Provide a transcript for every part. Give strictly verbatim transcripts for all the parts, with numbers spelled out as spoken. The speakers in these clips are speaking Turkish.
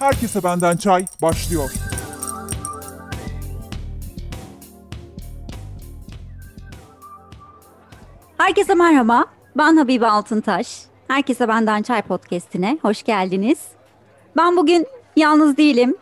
Herkese Benden Çay başlıyor. Herkese merhaba, ben Habibe Altıntaş. Herkese Benden Çay podcastine hoş geldiniz. Ben bugün yalnız değilim.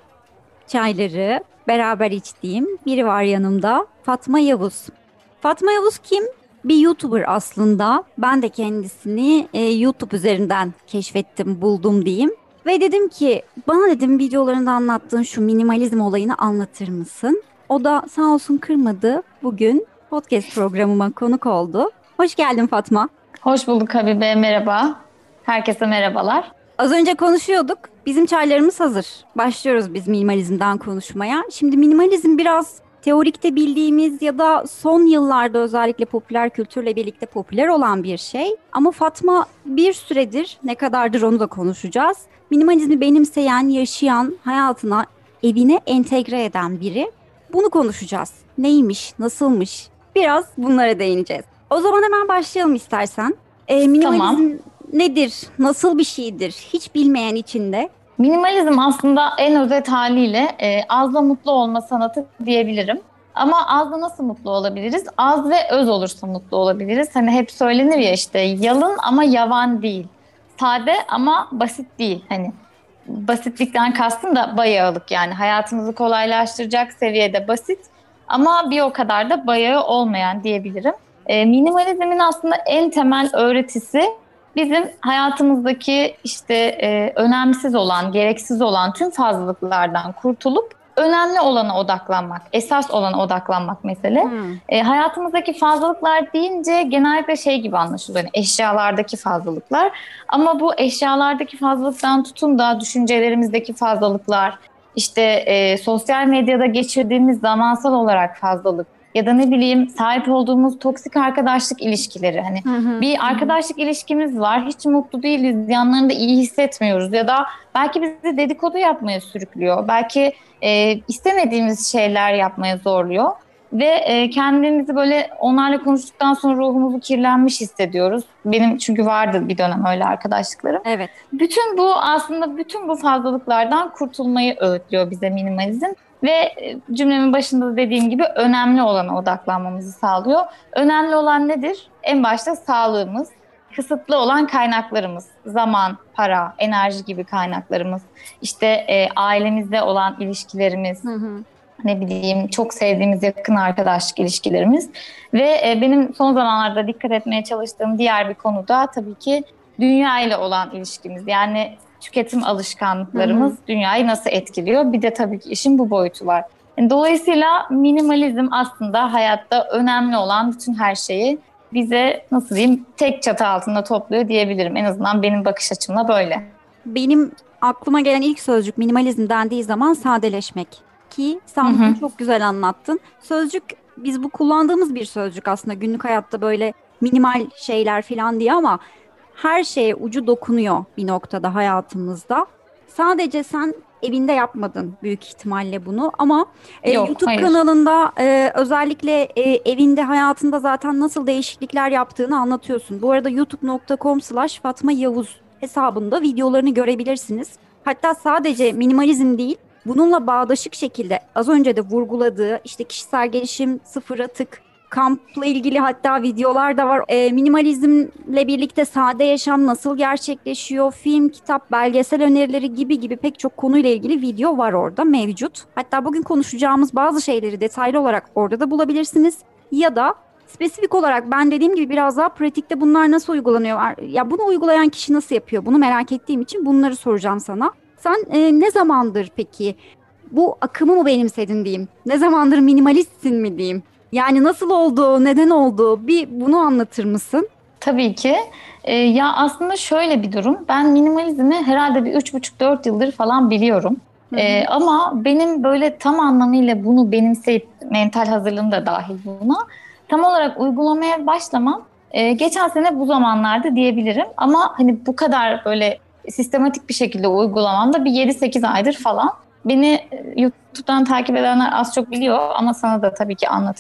Çayları beraber içtiğim biri var yanımda, Fatma Yavuz. Fatma Yavuz kim? Bir YouTuber aslında. Ben de kendisini e, YouTube üzerinden keşfettim, buldum diyeyim. Ve dedim ki, bana dedim videolarında anlattığın şu minimalizm olayını anlatır mısın? O da sağ olsun kırmadı. Bugün podcast programıma konuk oldu. Hoş geldin Fatma. Hoş bulduk Habibe, merhaba. Herkese merhabalar. Az önce konuşuyorduk. Bizim çaylarımız hazır. Başlıyoruz biz minimalizmden konuşmaya. Şimdi minimalizm biraz teorikte bildiğimiz ya da son yıllarda özellikle popüler kültürle birlikte popüler olan bir şey. Ama Fatma bir süredir, ne kadardır onu da konuşacağız, minimalizmi benimseyen, yaşayan, hayatına, evine entegre eden biri. Bunu konuşacağız. Neymiş, nasılmış? Biraz bunlara değineceğiz. O zaman hemen başlayalım istersen. E, minimalizm tamam. Nedir? Nasıl bir şeydir? Hiç bilmeyen için de. Minimalizm aslında en özet haliyle e, azla mutlu olma sanatı diyebilirim. Ama azla nasıl mutlu olabiliriz? Az ve öz olursa mutlu olabiliriz. Hani hep söylenir ya işte yalın ama yavan değil. Sade ama basit değil. Hani basitlikten kastım da bayağılık, yani hayatımızı kolaylaştıracak seviyede basit ama bir o kadar da bayağı olmayan diyebilirim. E, minimalizmin aslında en temel öğretisi bizim hayatımızdaki işte e, önemsiz olan, gereksiz olan tüm fazlalıklardan kurtulup önemli olana odaklanmak, esas olana odaklanmak mesele. Hmm. E, hayatımızdaki fazlalıklar deyince genellikle şey gibi anlaşılıyor, yani eşyalardaki fazlalıklar. Ama bu eşyalardaki fazlalıktan tutun da düşüncelerimizdeki fazlalıklar, işte e, sosyal medyada geçirdiğimiz zamansal olarak fazlalık, ya da ne bileyim sahip olduğumuz toksik arkadaşlık ilişkileri. Hani hı hı, bir arkadaşlık hı. ilişkimiz var, hiç mutlu değiliz, yanlarında iyi hissetmiyoruz ya da belki bizi dedikodu yapmaya sürüklüyor. Belki e, istemediğimiz şeyler yapmaya zorluyor ve e, kendimizi böyle onlarla konuştuktan sonra ruhumuzu kirlenmiş hissediyoruz. Benim çünkü vardı bir dönem öyle arkadaşlıklarım. Evet. Bütün bu aslında bütün bu fazlalıklardan kurtulmayı öğütlüyor bize minimalizm. Ve cümlemin başında da dediğim gibi önemli olana odaklanmamızı sağlıyor. Önemli olan nedir? En başta sağlığımız, kısıtlı olan kaynaklarımız, zaman, para, enerji gibi kaynaklarımız, işte e, ailemizde olan ilişkilerimiz, hı hı. ne bileyim çok sevdiğimiz yakın arkadaşlık ilişkilerimiz ve e, benim son zamanlarda dikkat etmeye çalıştığım diğer bir konu da tabii ki dünya ile olan ilişkimiz. Yani tüketim alışkanlıklarımız hı hı. dünyayı nasıl etkiliyor? Bir de tabii ki işin bu boyutu var. Yani dolayısıyla minimalizm aslında hayatta önemli olan bütün her şeyi bize nasıl diyeyim tek çatı altında topluyor diyebilirim. En azından benim bakış açımla böyle. Benim aklıma gelen ilk sözcük minimalizm dendiği zaman sadeleşmek. Ki sen hı hı. bunu çok güzel anlattın. Sözcük, biz bu kullandığımız bir sözcük aslında günlük hayatta böyle minimal şeyler falan diye, ama her şeye ucu dokunuyor bir noktada hayatımızda. Sadece sen evinde yapmadın büyük ihtimalle bunu, ama e, Yok, YouTube hayır. kanalında e, özellikle e, evinde, hayatında zaten nasıl değişiklikler yaptığını anlatıyorsun. Bu arada youtube nokta com slash Fatma Yavuz hesabında videolarını görebilirsiniz. Hatta sadece minimalizm değil, bununla bağdaşık şekilde az önce de vurguladığı işte kişisel gelişim, sıfır atık, kampla ilgili hatta videolar da var. E, minimalizmle birlikte sade yaşam nasıl gerçekleşiyor? Film, kitap, belgesel önerileri gibi gibi pek çok konuyla ilgili video var orada mevcut. Hatta bugün konuşacağımız bazı şeyleri detaylı olarak orada da bulabilirsiniz. Ya da spesifik olarak ben dediğim gibi biraz daha pratikte bunlar nasıl uygulanıyor? Ya bunu uygulayan kişi nasıl yapıyor? Bunu merak ettiğim için bunları soracağım sana. Sen e, ne zamandır peki bu akımı mı benimsedin diyeyim? Ne zamandır minimalistsin mi diyeyim? Yani nasıl oldu, neden oldu? Bir bunu anlatır mısın? Tabii ki. Ee, ya aslında şöyle bir durum. Ben minimalizmi herhalde bir üç buçuk dört yıldır falan biliyorum. Ee, ama benim böyle tam anlamıyla bunu benimseyip mental hazırlığım da dahil buna tam olarak uygulamaya başlamam e, geçen sene bu zamanlarda diyebilirim. Ama hani bu kadar böyle sistematik bir şekilde uygulamam da bir yedi sekiz aydır falan. Beni YouTube'dan takip edenler az çok biliyor ama sana da tabii ki anlatayım.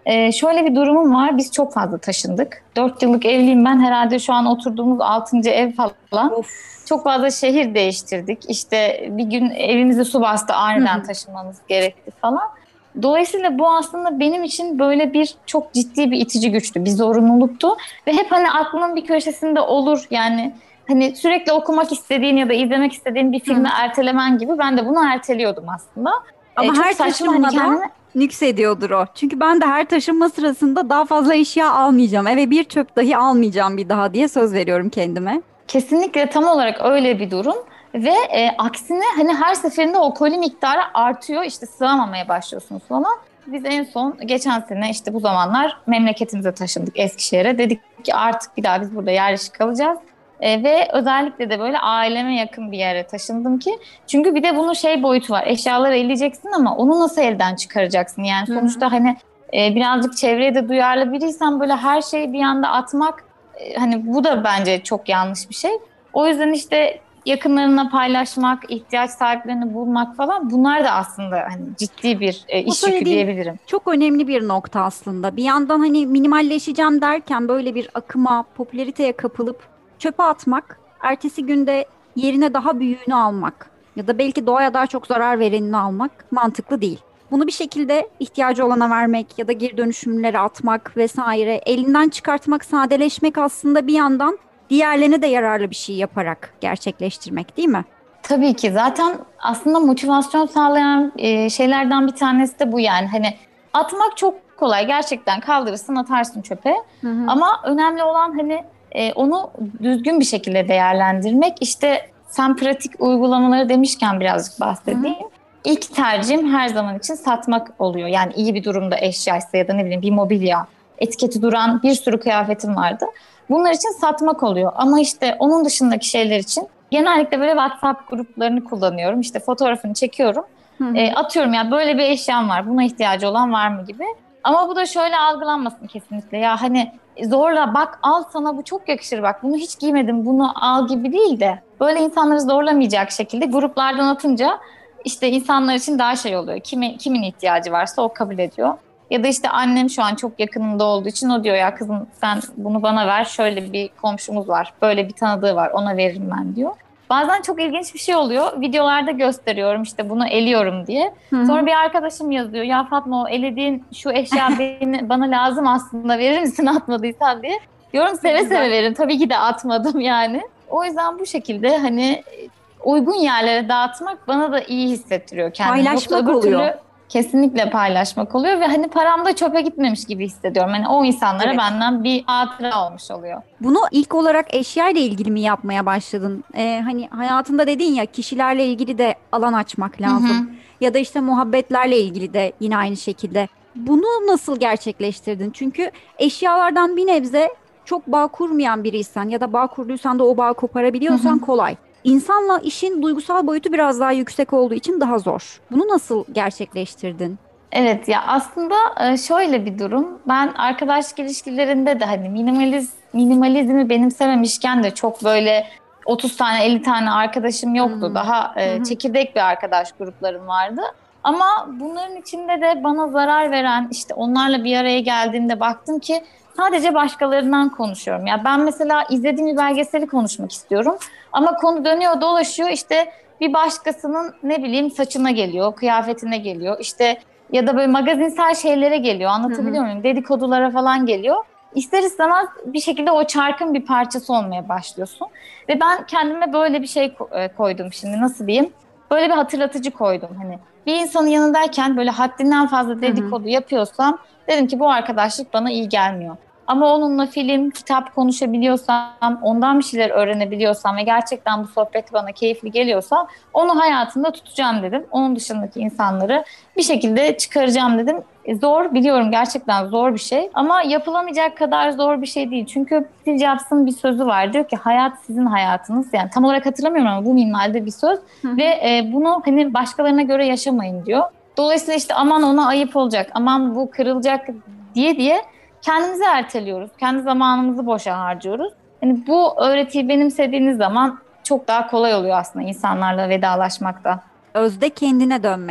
Ee, şöyle bir durumum var. Biz çok fazla taşındık. Dört yıllık evliyim ben. Herhalde şu an oturduğumuz altıncı ev falan. Of. Çok fazla şehir değiştirdik. İşte bir gün evimizi su bastı, aniden taşınmamız gerekti falan. Dolayısıyla bu aslında benim için böyle bir çok ciddi bir itici güçtü, bir zorunluluktu. Ve hep hani aklımın bir köşesinde olur yani hani sürekli okumak istediğin ya da izlemek istediğin bir filmi Hı. ertelemen gibi ben de bunu erteliyordum aslında. Ama Ee, çok her saçma hani taşınmada kendime... nüksediyordur o. Çünkü ben de her taşınma sırasında daha fazla eşya almayacağım. Eve bir çöp dahi almayacağım bir daha diye söz veriyorum kendime. Kesinlikle tam olarak öyle bir durum ve e, aksine hani her seferinde o koli miktarı artıyor, işte sığamamaya başlıyorsunuz falan. Biz en son geçen sene işte bu zamanlar memleketimize taşındık, Eskişehir'e. Dedik ki artık bir daha biz burada yerleşik kalacağız. E, ve özellikle de böyle aileme yakın bir yere taşındım ki. Çünkü bir de bunun şey boyutu var, eşyaları eleyeceksin ama onu nasıl elden çıkaracaksın? Yani Hı hı. sonuçta hani e, birazcık çevreye de duyarlı biriysen böyle her şeyi bir anda atmak, e, hani bu da bence çok yanlış bir şey. O yüzden işte yakınlarına paylaşmak, ihtiyaç sahiplerini bulmak falan, bunlar da aslında hani ciddi bir e, O iş yükü söylediğin diyebilirim. çok önemli bir nokta aslında. Bir yandan hani minimalleşeceğim derken böyle bir akıma, popülariteye kapılıp çöpe atmak, ertesi günde yerine daha büyüğünü almak ya da belki doğaya daha çok zarar verenini almak mantıklı değil. Bunu bir şekilde ihtiyacı olana vermek ya da geri dönüşümlere atmak vesaire, elinden çıkartmak, sadeleşmek aslında bir yandan diğerlerine de yararlı bir şey yaparak gerçekleştirmek, değil mi? Tabii ki zaten aslında motivasyon sağlayan e, şeylerden bir tanesi de bu yani. Hani atmak çok kolay, gerçekten kaldırırsın atarsın çöpe. Hı hı. Ama önemli olan hani e, onu düzgün bir şekilde değerlendirmek. İşte sen pratik uygulamaları demişken birazcık Hı hı. bahsedeyim. İlk tercihim her zaman için satmak oluyor. Yani iyi bir durumda eşyaysa ya da ne bileyim bir mobilya, etiketi duran bir sürü kıyafetim vardı. Bunlar için satmak oluyor. Ama işte onun dışındaki şeyler için genellikle böyle WhatsApp gruplarını kullanıyorum. İşte fotoğrafını çekiyorum. Hı E, hı. atıyorum ya böyle bir eşyam var. Buna ihtiyacı olan var mı gibi. Ama bu da şöyle algılanmasın kesinlikle. Ya hani zorla bak al sana bu çok yakışır bak bunu hiç giymedim bunu al gibi değil de böyle insanları zorlamayacak şekilde gruplardan atınca işte insanlar için daha şey oluyor. Kimi, kimin ihtiyacı varsa o kabul ediyor. Ya da işte annem şu an çok yakınında olduğu için o diyor ya kızım sen bunu bana ver, şöyle bir komşumuz var, böyle bir tanıdığı var, ona veririm ben diyor. Bazen çok ilginç bir şey oluyor. Videolarda gösteriyorum işte bunu eliyorum diye. Hı hı. Sonra bir arkadaşım yazıyor. Ya Fatma o elediğin şu eşya beni, bana lazım aslında, verir misin atmadıysan diye. Diyorum seve güzel. seve veririm. Tabii ki de atmadım yani. O yüzden bu şekilde hani uygun yerlere dağıtmak bana da iyi hissettiriyor kendimi. Yoksa Paylaşmak öbür oluyor. türlü kesinlikle paylaşmak oluyor ve hani param da çöpe gitmemiş gibi hissediyorum. Hani o insanlara Evet. benden bir hatıra olmuş oluyor. Bunu ilk olarak eşya ile ilgili mi yapmaya başladın? Ee, hani hayatında dedin ya, kişilerle ilgili de alan açmak Hı hı. lazım. Ya da işte muhabbetlerle ilgili de yine aynı şekilde. Bunu nasıl gerçekleştirdin? Çünkü eşyalardan bir nebze çok bağ kurmayan biriysen ya da bağ kurduysan da o bağı Hı hı. koparabiliyorsan kolay. İnsanla işin duygusal boyutu biraz daha yüksek olduğu için daha zor. Bunu nasıl gerçekleştirdin? Evet ya aslında e, şöyle bir durum. Ben arkadaşlık ilişkilerinde de hani minimaliz, minimalizmi benimsememişken de çok böyle otuz tane elli tane arkadaşım yoktu. Hmm. Daha Hı e, hı. çekirdek bir arkadaş gruplarım vardı. Ama bunların içinde de bana zarar veren işte onlarla bir araya geldiğimde baktım ki sadece başkalarından konuşuyorum. Ya ben mesela izlediğim bir belgeseli konuşmak istiyorum. Ama konu dönüyor dolaşıyor işte bir başkasının ne bileyim saçına geliyor, kıyafetine geliyor. İşte ya da böyle magazinsel şeylere geliyor. Hı hı. Anlatabiliyor muyum? Dedikodulara falan geliyor. İster istemez bir şekilde o çarkın bir parçası olmaya başlıyorsun. Ve ben kendime böyle bir şey ko- e, koydum şimdi nasıl diyeyim? Böyle bir hatırlatıcı koydum hani. Bir insanın yanındayken böyle haddinden fazla Hı hı. dedikodu yapıyorsam dedim ki bu arkadaşlık bana iyi gelmiyor. Ama onunla film, kitap konuşabiliyorsam, ondan bir şeyler öğrenebiliyorsam ve gerçekten bu sohbet bana keyifli geliyorsa onu hayatımda tutacağım dedim. Onun dışındaki insanları bir şekilde çıkaracağım dedim. E, zor biliyorum, gerçekten zor bir şey ama yapılamayacak kadar zor bir şey değil. Çünkü Steve Jobs'ın bir sözü var, diyor ki hayat sizin hayatınız. Yani tam olarak hatırlamıyorum ama bu minvalde bir söz Hı ve hı. e, bunu hani başkalarına göre yaşamayın diyor. Dolayısıyla işte aman ona ayıp olacak, aman bu kırılacak diye diye kendimizi erteliyoruz. Kendi zamanımızı boşa harcıyoruz. Hani bu öğretiyi benimsediğiniz zaman çok daha kolay oluyor aslında insanlarla vedalaşmak da. Özde kendine dönmek.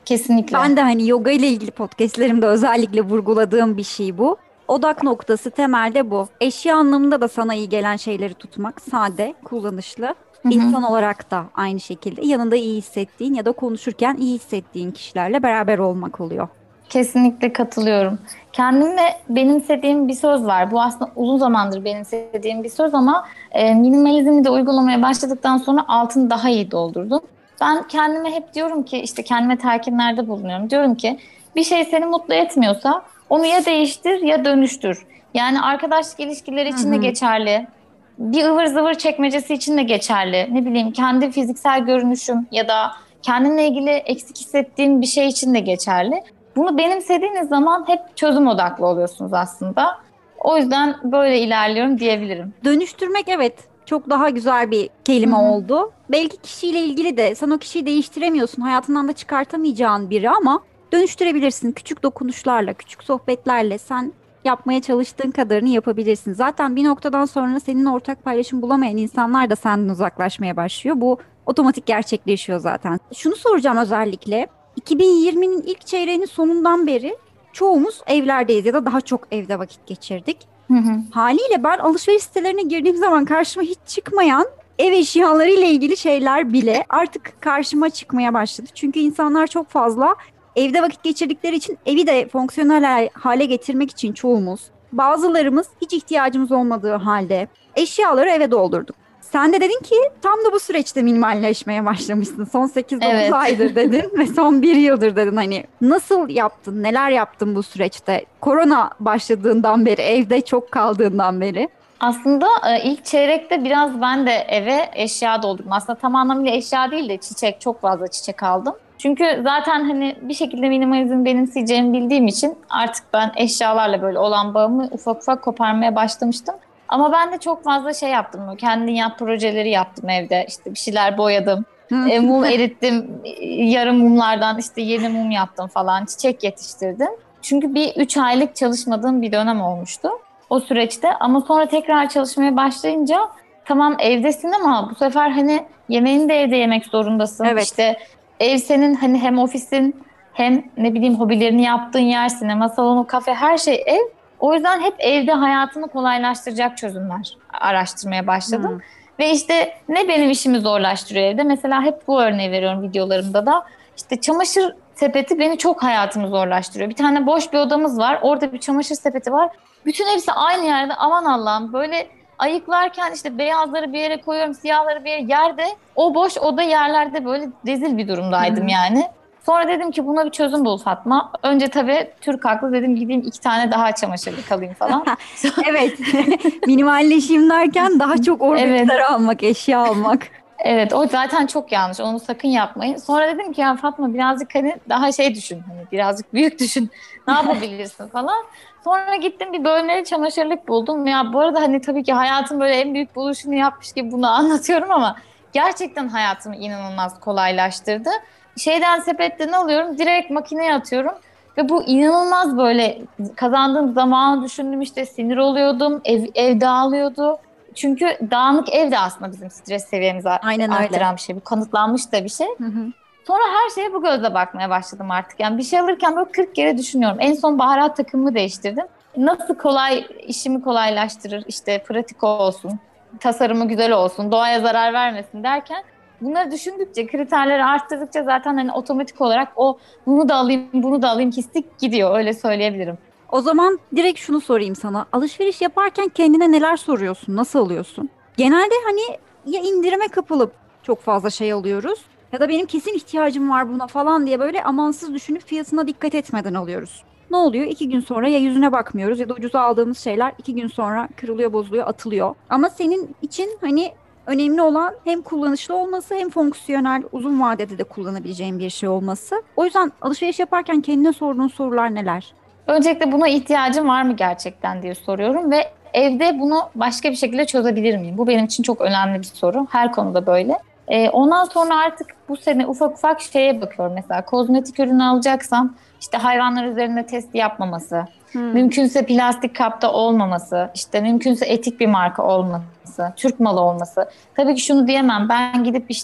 Kesinlikle. Ben de hani yoga ile ilgili podcastlerimde özellikle vurguladığım bir şey bu. Odak noktası temelde bu. Eşya anlamında da sana iyi gelen şeyleri tutmak, sade, kullanışlı. Hı hı. İnsan olarak da aynı şekilde yanında iyi hissettiğin ya da konuşurken iyi hissettiğin kişilerle beraber olmak oluyor. Kesinlikle katılıyorum. Kendimle benimsediğim bir söz var. Bu aslında uzun zamandır benimsediğim bir söz ama e, minimalizmi de uygulamaya başladıktan sonra altını daha iyi doldurdum. Ben kendime hep diyorum ki işte kendime telkinlerde bulunuyorum. Diyorum ki bir şey seni mutlu etmiyorsa onu ya değiştir ya dönüştür. Yani arkadaşlık ilişkileri Hı için de hı. geçerli. Bir ıvır zıvır çekmecesi için de geçerli. Ne bileyim kendi fiziksel görünüşüm ya da kendimle ilgili eksik hissettiğim bir şey için de geçerli. Bunu benimsediğiniz zaman hep çözüm odaklı oluyorsunuz aslında. O yüzden böyle ilerliyorum diyebilirim. Dönüştürmek, evet, çok daha güzel bir Hı kelime hı. oldu. Belki kişiyle ilgili de sen o kişiyi değiştiremiyorsun. Hayatından da çıkartamayacağın biri ama dönüştürebilirsin. Küçük dokunuşlarla, küçük sohbetlerle sen yapmaya çalıştığın kadarını yapabilirsin. Zaten bir noktadan sonra senin ortak paylaşım bulamayan insanlar da senden uzaklaşmaya başlıyor. Bu otomatik gerçekleşiyor zaten. Şunu soracağım özellikle. iki bin yirminin ilk çeyreğinin sonundan beri çoğumuz evlerdeyiz ya da daha çok evde vakit geçirdik. Hı hı. Haliyle ben alışveriş sitelerine girdiğim zaman karşıma hiç çıkmayan ev eşyaları ile ilgili şeyler bile artık karşıma çıkmaya başladı. Çünkü insanlar çok fazla evde vakit geçirdikleri için evi de fonksiyonel hale getirmek için çoğumuz, bazılarımız hiç ihtiyacımız olmadığı halde eşyaları eve doldurduk. Sen de dedin ki tam da bu süreçte minimalleşmeye başlamışsın. Son sekiz dokuz Evet. aydır dedin ve son bir yıldır dedin. Hani nasıl yaptın, neler yaptın bu süreçte? Korona başladığından beri, evde çok kaldığından beri. Aslında e, ilk çeyrekte biraz ben de eve eşya doldurdum. Aslında tam anlamıyla eşya değil de çiçek, çok fazla çiçek aldım. Çünkü zaten hani bir şekilde minimalizm benimseyeceğimi bildiğim için artık ben eşyalarla böyle olan bağımı ufak ufak koparmaya başlamıştım. Ama ben de çok fazla şey yaptım. Böyle kendin yap projeleri yaptım evde. İşte bir şeyler boyadım. Hı. E, mum erittim. E, Yarım mumlardan işte yeni mum yaptım falan. Çiçek yetiştirdim. Çünkü bir üç aylık çalışmadığım bir dönem olmuştu o süreçte. Ama sonra tekrar çalışmaya başlayınca tamam evdesin ama bu sefer hani yemeğini de evde yemek zorundasın. Evet. İşte ev senin hani hem ofisin hem ne bileyim hobilerini yaptığın yer, sinema salonu, kafe, her şey ev. O yüzden hep evde hayatını kolaylaştıracak çözümler araştırmaya başladım. Hı. Ve işte ne benim işimi zorlaştırıyor evde. Mesela hep bu örneği veriyorum videolarımda da. İşte çamaşır sepeti beni çok hayatımı zorlaştırıyor. Bir tane boş bir odamız var. Orada bir çamaşır sepeti var. Bütün hepsi aynı yerde. Aman Allah'ım, böyle ayıklarken işte beyazları bir yere koyuyorum, siyahları bir yere, yerde. O boş oda yerlerde böyle rezil bir durumdaydım Hı. yani. Sonra dedim ki buna bir çözüm bul Fatma. Önce tabii Türk haklı, dedim gideyim iki tane daha çamaşırlık alayım falan. Evet. Minimalleşeyim derken daha çok Evet. organizer almak, eşya almak. Evet, o zaten çok yanlış. Onu sakın yapmayın. Sonra dedim ki ya Fatma birazcık hani daha şey düşün. Hani birazcık büyük düşün. Ne yapabilirsin falan. Sonra gittim bir bölmeli çamaşırlık buldum. Ya bu arada hani tabii ki hayatım böyle en büyük buluşunu yapmış gibi bunu anlatıyorum ama gerçekten hayatımı inanılmaz kolaylaştırdı. Şeyden, sepetten alıyorum, direkt makineye atıyorum. Ve bu inanılmaz, böyle kazandığım zamanı düşündüm, işte sinir oluyordum, ev, ev dağılıyordu. Çünkü dağınık ev de aslında bizim stres seviyemizi Aynen öyle. arttıran bir şey. Bu kanıtlanmış da bir şey. Hı hı. Sonra her şeye bu gözle bakmaya başladım artık. Yani bir şey alırken böyle kırk kere düşünüyorum. En son baharat takımımı değiştirdim. Nasıl kolay, işimi kolaylaştırır, işte pratik olsun, tasarımı güzel olsun, doğaya zarar vermesin derken bunları düşündükçe, kriterleri arttırdıkça zaten hani otomatik olarak o bunu da alayım, bunu da alayım hissi gidiyor, öyle söyleyebilirim. O zaman direkt şunu sorayım sana. Alışveriş yaparken kendine neler soruyorsun? Nasıl alıyorsun? Genelde hani ya indirime kapılıp çok fazla şey alıyoruz ya da benim kesin ihtiyacım var buna falan diye böyle amansız düşünüp fiyatına dikkat etmeden alıyoruz. Ne oluyor? İki gün sonra ya yüzüne bakmıyoruz ya da ucuza aldığımız şeyler iki gün sonra kırılıyor, bozuluyor, atılıyor. Ama senin için hani önemli olan hem kullanışlı olması hem fonksiyonel, uzun vadede de kullanabileceğin bir şey olması. O yüzden alışveriş yaparken kendine sorduğun sorular neler? Öncelikle buna ihtiyacım var mı gerçekten diye soruyorum ve evde bunu başka bir şekilde çözebilir miyim? Bu benim için çok önemli bir soru. Her konuda böyle. Ee, ondan sonra artık bu sene ufak ufak şeye bakıyorum. Mesela kozmetik ürünü alacaksam işte hayvanlar üzerinde test yapmaması, Hmm. mümkünse plastik kapta olmaması, işte mümkünse etik bir marka olması, Türk malı olması. Tabii ki şunu diyemem. Ben gidip işte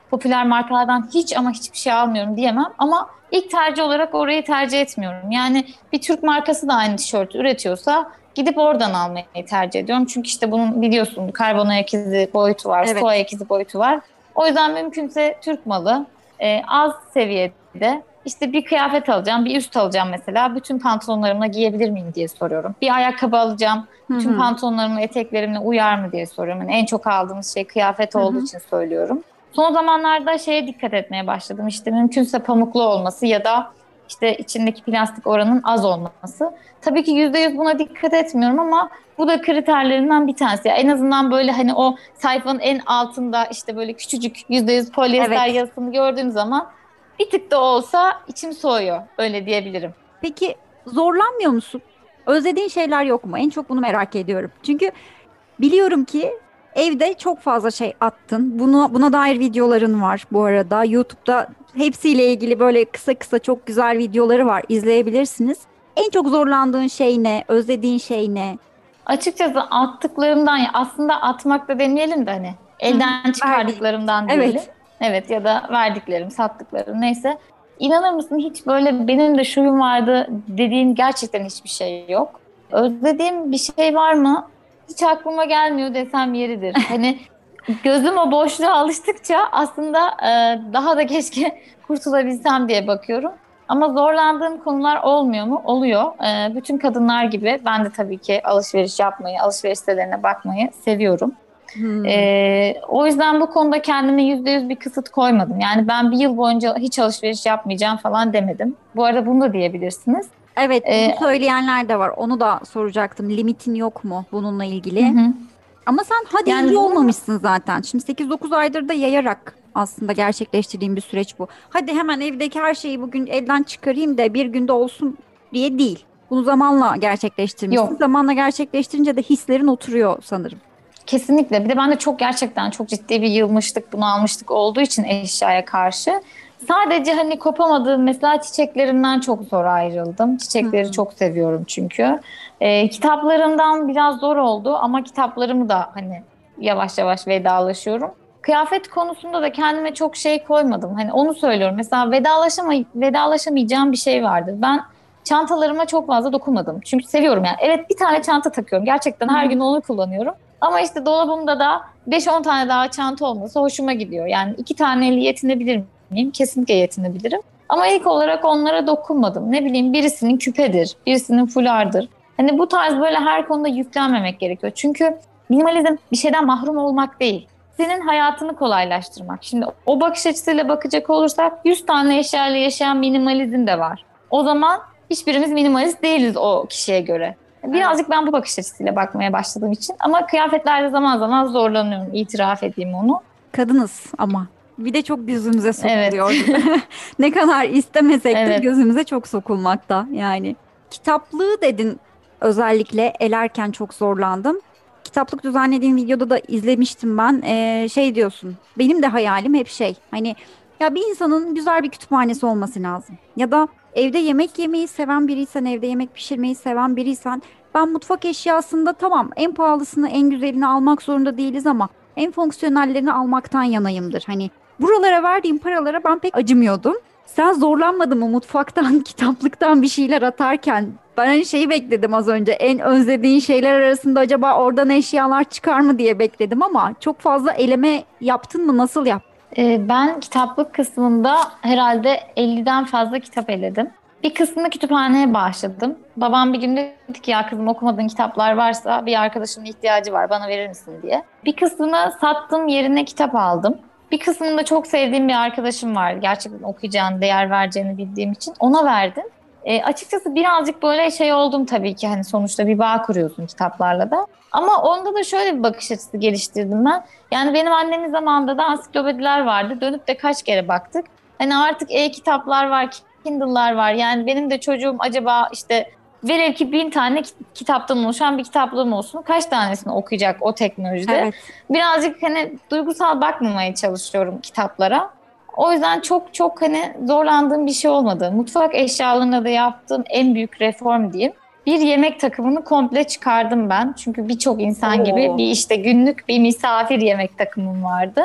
popüler markalardan hiç ama hiçbir şey almıyorum diyemem. Ama ilk tercih olarak orayı tercih etmiyorum. Yani bir Türk markası da aynı tişörtü üretiyorsa gidip oradan almayı tercih ediyorum. Çünkü işte bunun biliyorsun karbon ayak izi boyutu var, Evet. su ayak izi boyutu var. O yüzden mümkünse Türk malı, e, az seviyede işte bir kıyafet alacağım, bir üst alacağım mesela. Bütün pantolonlarımla giyebilir miyim diye soruyorum. Bir ayakkabı alacağım, Hı bütün hı. pantolonlarımla, eteklerimle uyar mı diye soruyorum. Yani en çok aldığımız şey kıyafet Hı olduğu hı. için söylüyorum. Son zamanlarda şeye dikkat etmeye başladım. İşte mümkünse pamuklu olması ya da işte içindeki plastik oranın az olması. Tabii ki yüzde yüz buna dikkat etmiyorum ama bu da kriterlerinden bir tanesi. Yani en azından böyle hani o sayfanın en altında işte böyle küçücük yüzde yüz polyester Evet. yazısını gördüğüm zaman bir tık da olsa içim soğuyor. Öyle diyebilirim. Peki zorlanmıyor musun? Özlediğin şeyler yok mu? En çok bunu merak ediyorum. Çünkü biliyorum ki evde çok fazla şey attın. Buna, buna dair videoların var bu arada. YouTube'da hepsiyle ilgili böyle kısa kısa çok güzel videoları var. İzleyebilirsiniz. En çok zorlandığın şey ne? Özlediğin şey ne? Açıkçası attıklarımdan ya aslında atmak da demeyelim de hani Hı hı. elden Verdiğin. çıkardıklarımdan diyelim. Evet. Evet ya da verdiklerim, sattıklarım neyse. İnanır mısın hiç böyle benim de şuyum vardı dediğim gerçekten hiçbir şey yok. Özlediğim bir şey var mı? Hiç aklıma gelmiyor desem yeridir. Hani gözüm o boşluğa alıştıkça aslında e, daha da keşke kurtulabilsem diye bakıyorum. Ama zorlandığım konular olmuyor mu? Oluyor. E, bütün kadınlar gibi ben de tabii ki alışveriş yapmayı, alışveriş sitelerine bakmayı seviyorum. Hmm. E, o yüzden bu konuda kendime yüzde yüz bir kısıt koymadım. Yani ben bir yıl boyunca hiç alışveriş yapmayacağım falan demedim. Bu arada bunu da diyebilirsiniz. Evet, bunu E, söyleyenler de var. Onu da soracaktım. Limitin yok mu bununla hı ilgili? hı. Ama sen hadi Yani iyi bunu olmamışsın zaten. Şimdi sekiz dokuz aydır da yayarak aslında gerçekleştirdiğim bir süreç bu. Hadi hemen evdeki her şeyi bugün elden çıkarayım da bir günde olsun diye değil. Bunu zamanla gerçekleştirmişsin. yok. Zamanla gerçekleştirince de hislerin oturuyor sanırım. Kesinlikle. Bir de ben de çok gerçekten çok ciddi bir yılmışlık, bunu almışlık olduğu için eşyaya karşı. Sadece hani kopamadığım mesela çiçeklerimden çok zor ayrıldım. Çiçekleri Hmm. çok seviyorum çünkü. Ee, kitaplarımdan biraz zor oldu ama kitaplarımı da hani yavaş yavaş vedalaşıyorum. Kıyafet konusunda da kendime çok şey koymadım. Hani onu söylüyorum. Mesela vedalaşamay vedalaşamayacağım bir şey vardır. Ben çantalarıma çok fazla dokunmadım. Çünkü seviyorum yani. Evet bir tane çanta takıyorum. Gerçekten Hı her hı. gün onu kullanıyorum. Ama işte dolabımda da beş on tane daha çanta olması hoşuma gidiyor. Yani iki taneyle yetinebilir miyim? Kesinlikle yetinebilirim. Ama ilk olarak onlara dokunmadım. Ne bileyim birisinin küpedir, birisinin fulardır. Hani bu tarz böyle her konuda yüklenmemek gerekiyor. Çünkü minimalizm bir şeyden mahrum olmak değil. Senin hayatını kolaylaştırmak. Şimdi o bakış açısıyla bakacak olursak yüz tane eşyayla yaşayan minimalizm de var. O zaman hiçbirimiz minimalist değiliz o kişiye göre. Evet. Birazcık ben bu bakış açısıyla bakmaya başladığım için ama kıyafetlerde zaman zaman zorlanıyorum, itiraf edeyim onu. Kadınız ama. Bir de çok gözümüze Evet, sokuluyor. Ne kadar istemesek de evet. gözümüze çok sokulmakta yani. Kitaplığı dedin, özellikle elerken çok zorlandım. Kitaplık düzenlediğim videoda da izlemiştim ben. Ee, şey diyorsun, benim de hayalim hep şey. Hani ya bir insanın güzel bir kütüphanesi olması lazım. Ya da evde yemek yemeyi seven biriysen, evde yemek pişirmeyi seven biriysen, ben mutfak eşyasında tamam en pahalısını en güzelini almak zorunda değiliz ama en fonksiyonellerini almaktan yanayımdır. Hani buralara verdiğim paralara ben pek acımıyordum. Sen zorlanmadın mı mutfaktan, kitaplıktan bir şeyler atarken? Ben hani şeyi bekledim az önce. En özlediğin şeyler arasında acaba oradan eşyalar çıkar mı diye bekledim ama çok fazla eleme yaptın mı? Nasıl yaptın? Ee, ben kitaplık kısmında herhalde elliden fazla kitap eledim. Bir kısmını kütüphaneye bağışladım. Babam bir gün dedi ki ya kızım okumadığın kitaplar varsa bir arkadaşımın ihtiyacı var bana verir misin diye. Bir kısmını sattım yerine kitap aldım. Bir kısmını da çok sevdiğim bir arkadaşım var. Gerçekten okuyacağını, değer vereceğini bildiğim için ona verdim. E, açıkçası birazcık böyle şey oldum tabii ki hani sonuçta bir bağ kuruyorsun kitaplarla da. Ama onda da şöyle bir bakış açısı geliştirdim ben. Yani benim annemin zamanında da ansiklopediler vardı. Dönüp de kaç kere baktık. Hani artık e-kitaplar var, Kindle'lar var. Yani benim de çocuğum acaba işte velev ki bin tane ki- kitaptan oluşan bir kitaplığım olsun. Kaç tanesini okuyacak o teknolojide? Evet. Birazcık hani duygusal bakmamaya çalışıyorum kitaplara. O yüzden çok çok hani zorlandığım bir şey olmadı. Mutfak eşyalarında da yaptığım en büyük reform diyeyim. Bir yemek takımını komple çıkardım ben. Çünkü birçok insan gibi Oo. bir işte günlük bir misafir yemek takımım vardı.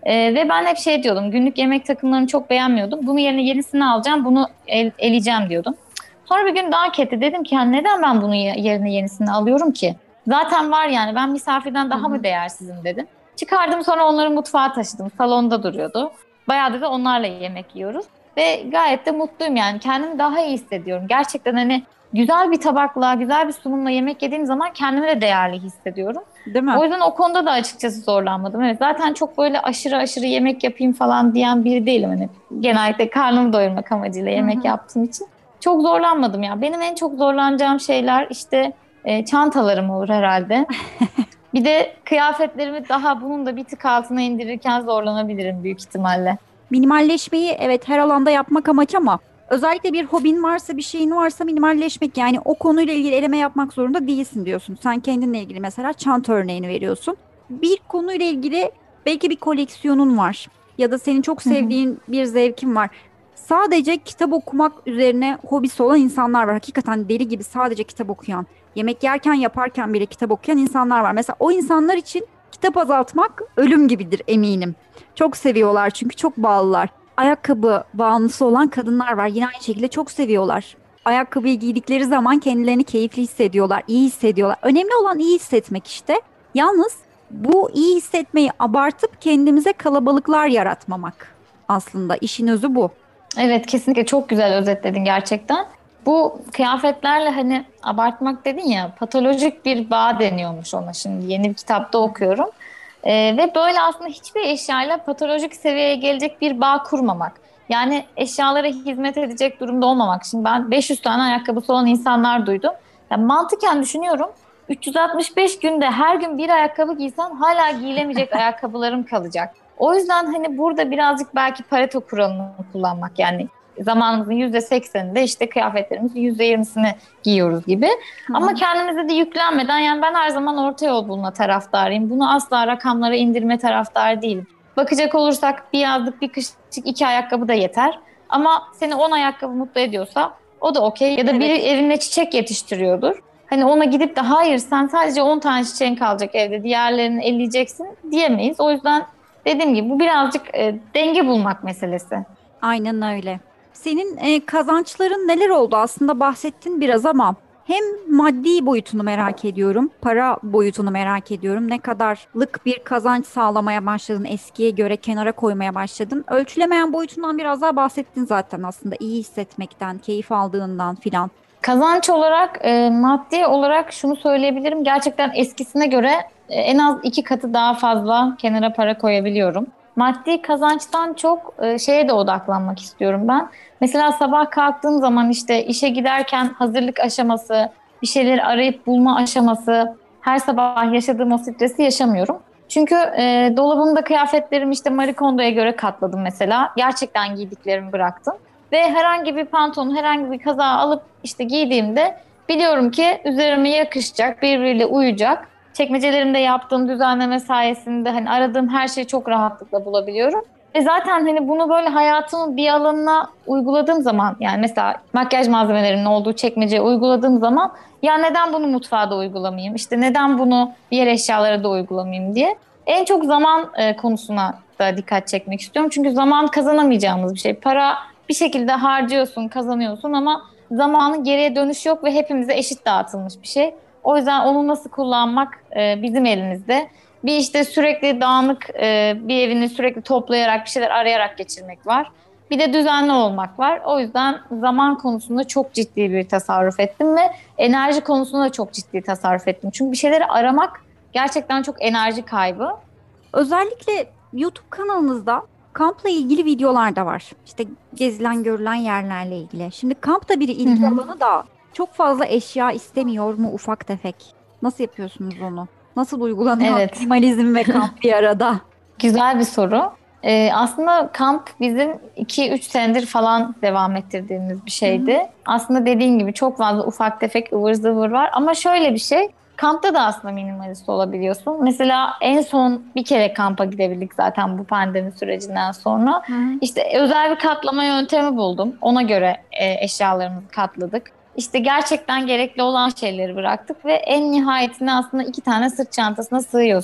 Ee, ve ben hep şey diyordum, günlük yemek takımlarını çok beğenmiyordum. Bunun yerine yenisini alacağım, bunu el, eleyeceğim diyordum. Sonra bir gün daha kete dedim ki yani neden ben bunun yerine yenisini alıyorum ki? Zaten var yani, ben misafirden daha Hı hı. mı değersizim dedim. Çıkardım, sonra onları mutfağa taşıdım. Salonda duruyordu. Bayağıdır da onlarla yemek yiyoruz. Ve gayet de mutluyum yani. Kendimi daha iyi hissediyorum. Gerçekten hani güzel bir tabakla, güzel bir sunumla yemek yediğim zaman kendimi de değerli hissediyorum. Değil mi? O yüzden o konuda da açıkçası zorlanmadım. Evet, zaten çok böyle aşırı aşırı yemek yapayım falan diyen biri değilim. Hani genellikle karnımı doyurmak amacıyla Hı yemek hı. yaptığım için. Çok zorlanmadım ya. Benim en çok zorlanacağım şeyler işte e, çantalarım olur herhalde. Bir de kıyafetlerimi daha bunun da bir tık altına indirirken zorlanabilirim büyük ihtimalle. Minimalleşmeyi evet her alanda yapmak amaç ama özellikle bir hobin varsa bir şeyin varsa minimalleşmek yani o konuyla ilgili eleme yapmak zorunda değilsin diyorsun. Sen kendinle ilgili mesela çanta örneğini veriyorsun. Bir konuyla ilgili belki bir koleksiyonun var ya da senin çok Hı hı. sevdiğin bir zevkin var. Sadece kitap okumak üzerine hobisi olan insanlar var. Hakikaten deli gibi sadece kitap okuyan, yemek yerken yaparken bile kitap okuyan insanlar var. Mesela o insanlar için kitap azaltmak ölüm gibidir eminim. Çok seviyorlar çünkü çok bağlılar. Ayakkabı bağımlısı olan kadınlar var. Yine aynı şekilde çok seviyorlar. Ayakkabıyı giydikleri zaman kendilerini keyifli hissediyorlar, iyi hissediyorlar. Önemli olan iyi hissetmek işte. Yalnız bu iyi hissetmeyi abartıp kendimize kalabalıklar yaratmamak. Aslında işin özü bu. Evet, kesinlikle çok güzel özetledin gerçekten. Bu kıyafetlerle hani abartmak dedin ya, patolojik bir bağ deniyormuş ona, şimdi yeni bir kitapta okuyorum. Ee, ve böyle aslında hiçbir eşyayla patolojik seviyeye gelecek bir bağ kurmamak. Yani eşyalara hizmet edecek durumda olmamak. Şimdi ben beş yüz tane ayakkabısı olan insanlar duydum. Yani mantıken düşünüyorum. üç yüz altmış beş günde her gün bir ayakkabı giysem hala giyilemeyecek ayakkabılarım kalacak. O yüzden hani burada birazcık belki Pareto kuralını kullanmak, yani zamanımızın yüzde sekseninde işte kıyafetlerimizin yüzde yirmisini giyiyoruz gibi. Hı Ama hı. kendimize de yüklenmeden, yani ben her zaman orta yol bulma taraftarıyım. Bunu asla rakamlara indirme taraftarı değilim. Bakacak olursak bir yazlık bir kışlık iki ayakkabı da yeter. Ama seni on ayakkabı mutlu ediyorsa o da okey. Ya da biri Evet. evinde çiçek yetiştiriyordur. Hani ona gidip de hayır sen sadece on tane çiçeğin kalacak evde, diğerlerini elleyeceksin diyemeyiz. O yüzden dediğim gibi bu birazcık e, denge bulmak meselesi. Aynen öyle. Senin e, kazançların neler oldu? Aslında bahsettin biraz ama hem maddi boyutunu merak ediyorum, para boyutunu merak ediyorum. Ne kadarlık bir kazanç sağlamaya başladın, eskiye göre kenara koymaya başladın. Ölçülemeyen boyutundan biraz daha bahsettin zaten aslında. İyi hissetmekten, keyif aldığından filan. Kazanç olarak, e, maddi olarak şunu söyleyebilirim. Gerçekten eskisine göre e, en az iki katı daha fazla kenara para koyabiliyorum. Maddi kazançtan çok e, şeye de odaklanmak istiyorum ben. Mesela sabah kalktığım zaman işte işe giderken hazırlık aşaması, bir şeyleri arayıp bulma aşaması, her sabah yaşadığım o stresi yaşamıyorum. Çünkü e, dolabımda kıyafetlerimi işte Marie Kondo'ya göre katladım mesela. Gerçekten giydiklerimi bıraktım. Ve herhangi bir pantolon, herhangi bir kazağı alıp işte giydiğimde biliyorum ki üzerime yakışacak, birbiriyle uyacak. Çekmecelerimde yaptığım düzenleme sayesinde hani aradığım her şeyi çok rahatlıkla bulabiliyorum. Ve zaten hani bunu böyle hayatımın bir alanına uyguladığım zaman, yani mesela makyaj malzemelerimin olduğu çekmeceye uyguladığım zaman ya neden bunu mutfağa da uygulamayayım, işte neden bunu diğer eşyalara da uygulamayayım diye en çok zaman e, konusuna da dikkat çekmek istiyorum. Çünkü zaman kazanamayacağımız bir şey. Para bir şekilde harcıyorsun, kazanıyorsun ama zamanın geriye dönüş yok ve hepimize eşit dağıtılmış bir şey. O yüzden onu nasıl kullanmak e, bizim elimizde. Bir işte sürekli dağınık e, bir evini sürekli toplayarak bir şeyler arayarak geçirmek var. Bir de düzenli olmak var. O yüzden zaman konusunda çok ciddi bir tasarruf ettim ve enerji konusunda da çok ciddi tasarruf ettim. Çünkü bir şeyleri aramak gerçekten çok enerji kaybı. Özellikle YouTube kanalınızda kampla ilgili videolar da var. İşte gezilen görülen yerlerle ilgili. Şimdi kamp da bir Hı ilgi hı. alanı da çok fazla eşya istemiyor mu ufak tefek? Nasıl yapıyorsunuz onu? Nasıl uygulanıyor Evet. minimalizm ve kamp bir arada? Güzel bir soru. Ee, aslında kamp bizim iki üç senedir falan devam ettirdiğimiz bir Hı hı. şeydi. Aslında dediğin gibi çok fazla ufak tefek ıvır zıvır var. Ama şöyle bir şey, kampta da aslında minimalist olabiliyorsun. Mesela en son bir kere kampa gidebildik zaten bu pandemi sürecinden sonra. Hı hı. İşte özel bir katlama yöntemi buldum. Ona göre e, eşyalarımızı katladık. İşte gerçekten gerekli olan şeyleri bıraktık ve en nihayetinde aslında iki tane sırt çantasına sığıyorsun.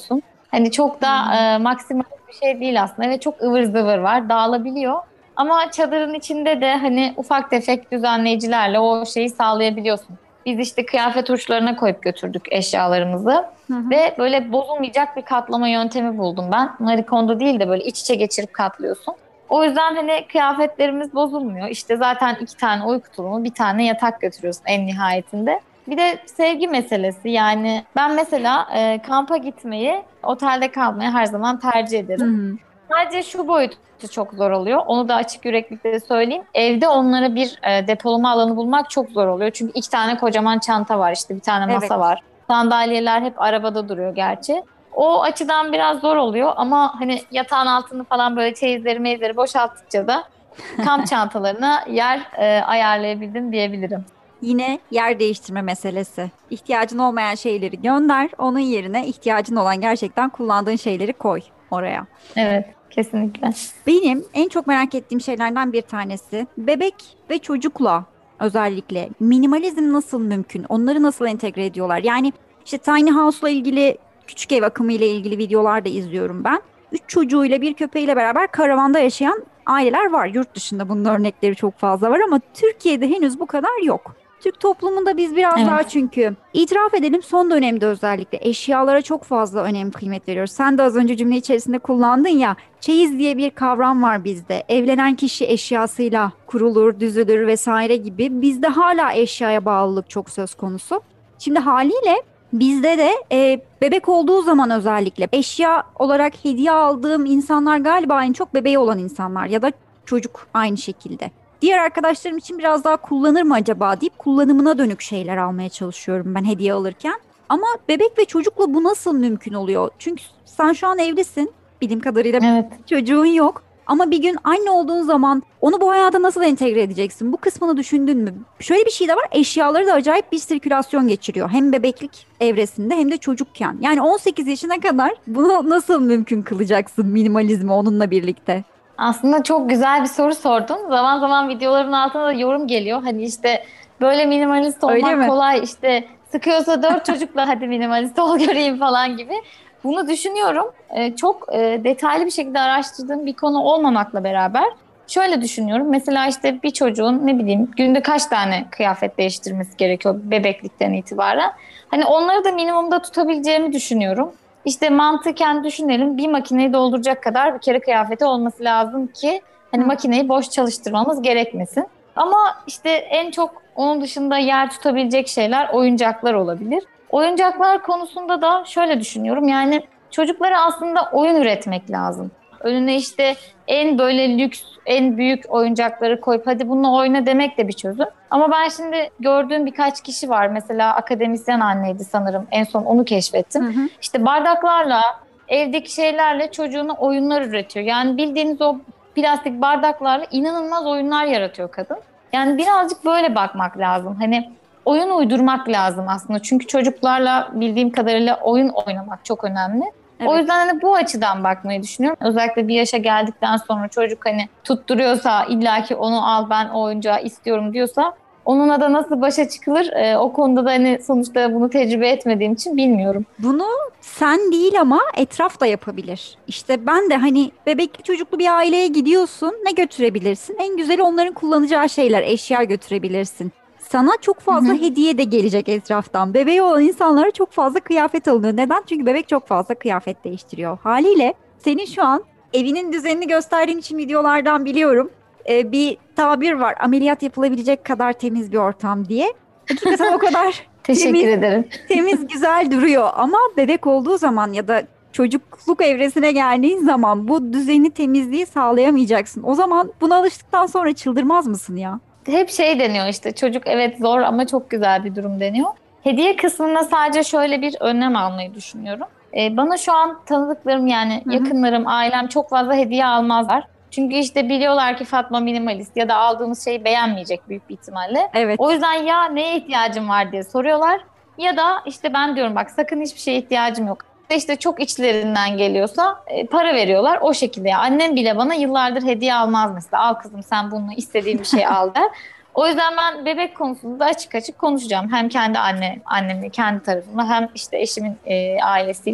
Hani çok da Hmm. e, maksimal bir şey değil aslında ve çok ıvır zıvır var, dağılabiliyor. Ama çadırın içinde de hani ufak tefek düzenleyicilerle o şeyi sağlayabiliyorsun. Biz işte kıyafet uçlarına koyup götürdük eşyalarımızı Hı hı. ve böyle bozulmayacak bir katlama yöntemi buldum ben. Marikonda değil de böyle iç içe geçirip katlıyorsun. O yüzden hani kıyafetlerimiz bozulmuyor. İşte zaten iki tane uyku tulumu, bir tane yatak götürüyorsun en nihayetinde. Bir de sevgi meselesi. Yani ben mesela e, kampa gitmeyi, otelde kalmayı her zaman tercih Hı ederim. hı. Sadece şu boyutu çok zor oluyor. Onu da açık yüreklilikle söyleyeyim. Evde onlara bir e, depolama alanı bulmak çok zor oluyor. Çünkü iki tane kocaman çanta var, işte bir tane Evet. masa var. Sandalyeler hep arabada duruyor gerçi. O açıdan biraz zor oluyor ama hani yatağın altını falan böyle çeyizleri meyizleri boşalttıkça da kamp çantalarına yer e, ayarlayabildim diyebilirim. Yine yer değiştirme meselesi. İhtiyacın olmayan şeyleri gönder, onun yerine ihtiyacın olan gerçekten kullandığın şeyleri koy oraya. Evet, kesinlikle. Benim en çok merak ettiğim şeylerden bir tanesi bebek ve çocukla özellikle minimalizm nasıl mümkün? Onları nasıl entegre ediyorlar? Yani işte tiny house'la ilgili küçük ev akımı ile ilgili videolar da izliyorum ben. Üç çocuğuyla bir köpeğiyle beraber karavanda yaşayan aileler var. Yurt dışında bunun örnekleri çok fazla var ama Türkiye'de henüz bu kadar yok. Türk toplumunda biz biraz daha Evet. çünkü itiraf edelim son dönemde özellikle eşyalara çok fazla önem kıymet veriyoruz. Sen de az önce cümle içerisinde kullandın ya. Çeyiz diye bir kavram var bizde. Evlenen kişi eşyasıyla kurulur, düzülür vesaire gibi. Bizde hala eşyaya bağlılık çok söz konusu. Şimdi haliyle bizde de e, bebek olduğu zaman özellikle eşya olarak hediye aldığım insanlar galiba en çok bebeği olan insanlar ya da çocuk aynı şekilde. Diğer arkadaşlarım için biraz daha kullanır mı acaba deyip kullanımına dönük şeyler almaya çalışıyorum ben hediye alırken. Ama bebek ve çocukla bu nasıl mümkün oluyor? Çünkü sen şu an evlisin. Bildiğim kadarıyla Evet. çocuğun yok. Ama bir gün anne olduğun zaman onu bu hayata nasıl entegre edeceksin? Bu kısmını düşündün mü? Şöyle bir şey de var. Eşyaları da acayip bir sirkülasyon geçiriyor. Hem bebeklik evresinde hem de çocukken. Yani on sekiz yaşına kadar bunu nasıl mümkün kılacaksın minimalizmi onunla birlikte? Aslında çok güzel bir soru sordun. Zaman zaman videoların altına da yorum geliyor. Hani işte böyle minimalist Öyle olmak mi? kolay. İşte sıkıyorsa dört çocukla hadi minimalist ol göreyim falan gibi. Bunu düşünüyorum. Ee, çok e, detaylı bir şekilde araştırdığım bir konu olmamakla beraber şöyle düşünüyorum. Mesela işte bir çocuğun ne bileyim günde kaç tane kıyafet değiştirmesi gerekiyor bebeklikten itibaren. Hani onları da minimumda tutabileceğimi düşünüyorum. İşte mantıken düşünelim, bir makineyi dolduracak kadar bir kere kıyafeti olması lazım ki hani Hı. makineyi boş çalıştırmamız gerekmesin. Ama işte en çok onun dışında yer tutabilecek şeyler oyuncaklar olabilir. Oyuncaklar konusunda da şöyle düşünüyorum, yani çocuklara aslında oyun üretmek lazım. Önüne işte en böyle lüks, en büyük oyuncakları koyup hadi bununla oyna demek de bir çözüm. Ama ben şimdi gördüğüm birkaç kişi var. Mesela akademisyen anneydi sanırım. En son onu Hı keşfettim. hı. İşte bardaklarla, evdeki şeylerle çocuğuna oyunlar üretiyor. Yani bildiğiniz o plastik bardaklarla inanılmaz oyunlar yaratıyor kadın. Yani birazcık böyle bakmak lazım. Hani oyun uydurmak lazım aslında. Çünkü çocuklarla bildiğim kadarıyla oyun oynamak çok önemli. O Evet. yüzden hani bu açıdan bakmayı düşünüyorum. Özellikle bir yaşa geldikten sonra çocuk hani tutturuyorsa, illaki onu al ben o oyuncağı istiyorum diyorsa onunla da nasıl başa çıkılır? Ee, o konuda da hani sonuçta bunu tecrübe etmediğim için bilmiyorum. Bunu sen değil ama etraf da yapabilir. İşte ben de hani bebekli çocuklu bir aileye gidiyorsun. Ne götürebilirsin? En güzeli onların kullanacağı şeyler, eşya götürebilirsin. Sana çok Hı fazla hı. hediye de gelecek etraftan. Bebeği olan insanlara çok fazla kıyafet alınıyor. Neden? Çünkü bebek çok fazla kıyafet değiştiriyor. Haliyle senin şu an evinin düzenini gösterdiğin için videolardan biliyorum. Ee, bir tabir var. Ameliyat yapılabilecek kadar temiz bir ortam diye. Hakikaten o kadar Teşekkür temiz, ederim. temiz güzel duruyor ama bebek olduğu zaman ya da çocukluk evresine geldiğin zaman bu düzeni temizliği sağlayamayacaksın. O zaman buna alıştıktan sonra çıldırmaz mısın ya? Hep şey deniyor, işte çocuk evet zor ama çok güzel bir durum deniyor. Hediye kısmında sadece şöyle bir önlem almayı düşünüyorum. Ee, bana şu an tanıdıklarım, yani Hı hı. yakınlarım, ailem çok fazla hediye almazlar. Çünkü işte biliyorlar ki Fatma minimalist ya da aldığımız şeyi beğenmeyecek büyük bir ihtimalle. O Evet. yüzden ya neye ihtiyacım var diye soruyorlar. Ya da işte ben diyorum bak sakın hiçbir şeye ihtiyacım yok. İşte çok içlerinden geliyorsa e, para veriyorlar o şekilde. Yani annem bile bana yıllardır hediye almaz mesela. Al kızım sen bunu istediğin bir şey al der. O yüzden ben bebek konusunda açık açık konuşacağım. Hem kendi anne annemle kendi tarafımla hem işte eşimin e, ailesiyle.